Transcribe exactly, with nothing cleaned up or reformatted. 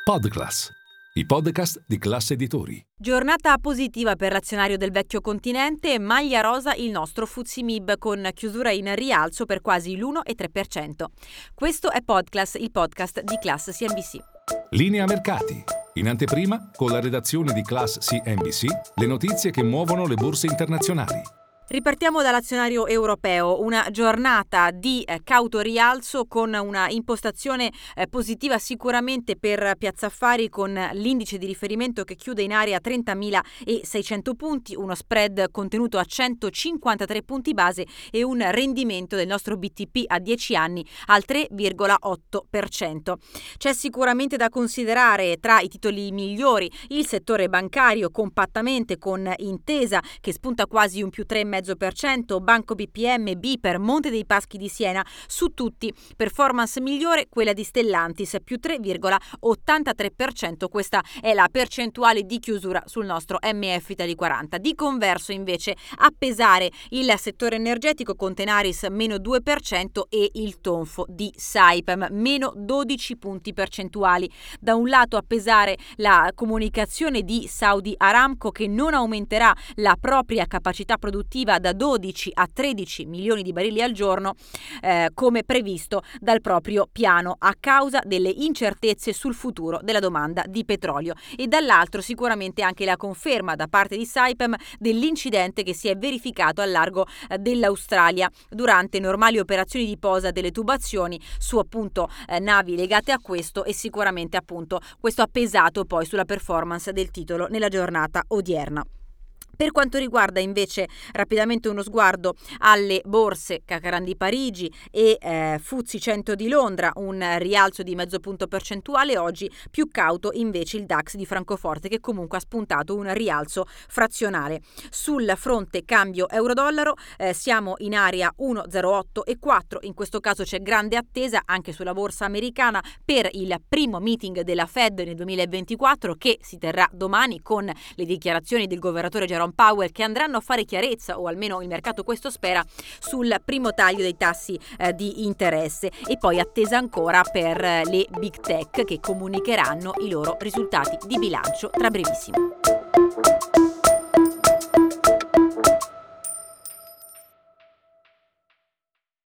Podclass, i podcast di Class Editori. Giornata positiva per l'azionario del vecchio continente, maglia rosa il nostro F T S E M I B con chiusura in rialzo per quasi l'uno virgola tre per cento. Questo è Podclass, il podcast di Class C N B C. Linea mercati. In anteprima, con la redazione di Class C N B C, le notizie che muovono le borse internazionali. Ripartiamo dall'azionario europeo, una giornata di eh, cauto rialzo con una impostazione eh, positiva sicuramente per Piazza Affari, con l'indice di riferimento che chiude in area trentamilaseicento punti, uno spread contenuto a centocinquantatré punti base e un rendimento del nostro B T P a dieci anni al tre virgola otto per cento. C'è sicuramente da considerare tra i titoli migliori il settore bancario, compattamente con Intesa che spunta quasi un più tre virgola cinque per cento, Banco B P M, Biper, Monte dei Paschi di Siena. Su tutti, performance migliore quella di Stellantis, più tre virgola ottantatré per cento. Questa è la percentuale di chiusura sul nostro M F Italy quaranta. Di converso, invece, a pesare il settore energetico con Tenaris meno due per cento e il tonfo di Saipem meno dodici punti percentuali. Da un lato a pesare la comunicazione di Saudi Aramco, che non aumenterà la propria capacità produttiva da dodici a tredici milioni di barili al giorno eh, come previsto dal proprio piano, a causa delle incertezze sul futuro della domanda di petrolio, e dall'altro sicuramente anche la conferma da parte di Saipem dell'incidente che si è verificato al largo eh, dell'Australia durante normali operazioni di posa delle tubazioni su appunto eh, navi legate a questo, e sicuramente appunto questo ha pesato poi sulla performance del titolo nella giornata odierna. Per quanto riguarda invece rapidamente uno sguardo alle borse, Cacaran di Parigi e eh, F T S E cento di Londra, un rialzo di mezzo punto percentuale oggi, più cauto invece il DAX di Francoforte che comunque ha spuntato un rialzo frazionale. Sul fronte cambio euro-dollaro eh, siamo in area uno virgola zero otto e quattro, in questo caso c'è grande attesa anche sulla borsa americana per il primo meeting della Fed nel duemilaventiquattro che si terrà domani, con le dichiarazioni del governatore Jerome Powell che andranno a fare chiarezza, o almeno il mercato questo spera, sul primo taglio dei tassi eh, di interesse, e poi attesa ancora per le big tech che comunicheranno i loro risultati di bilancio tra brevissimo.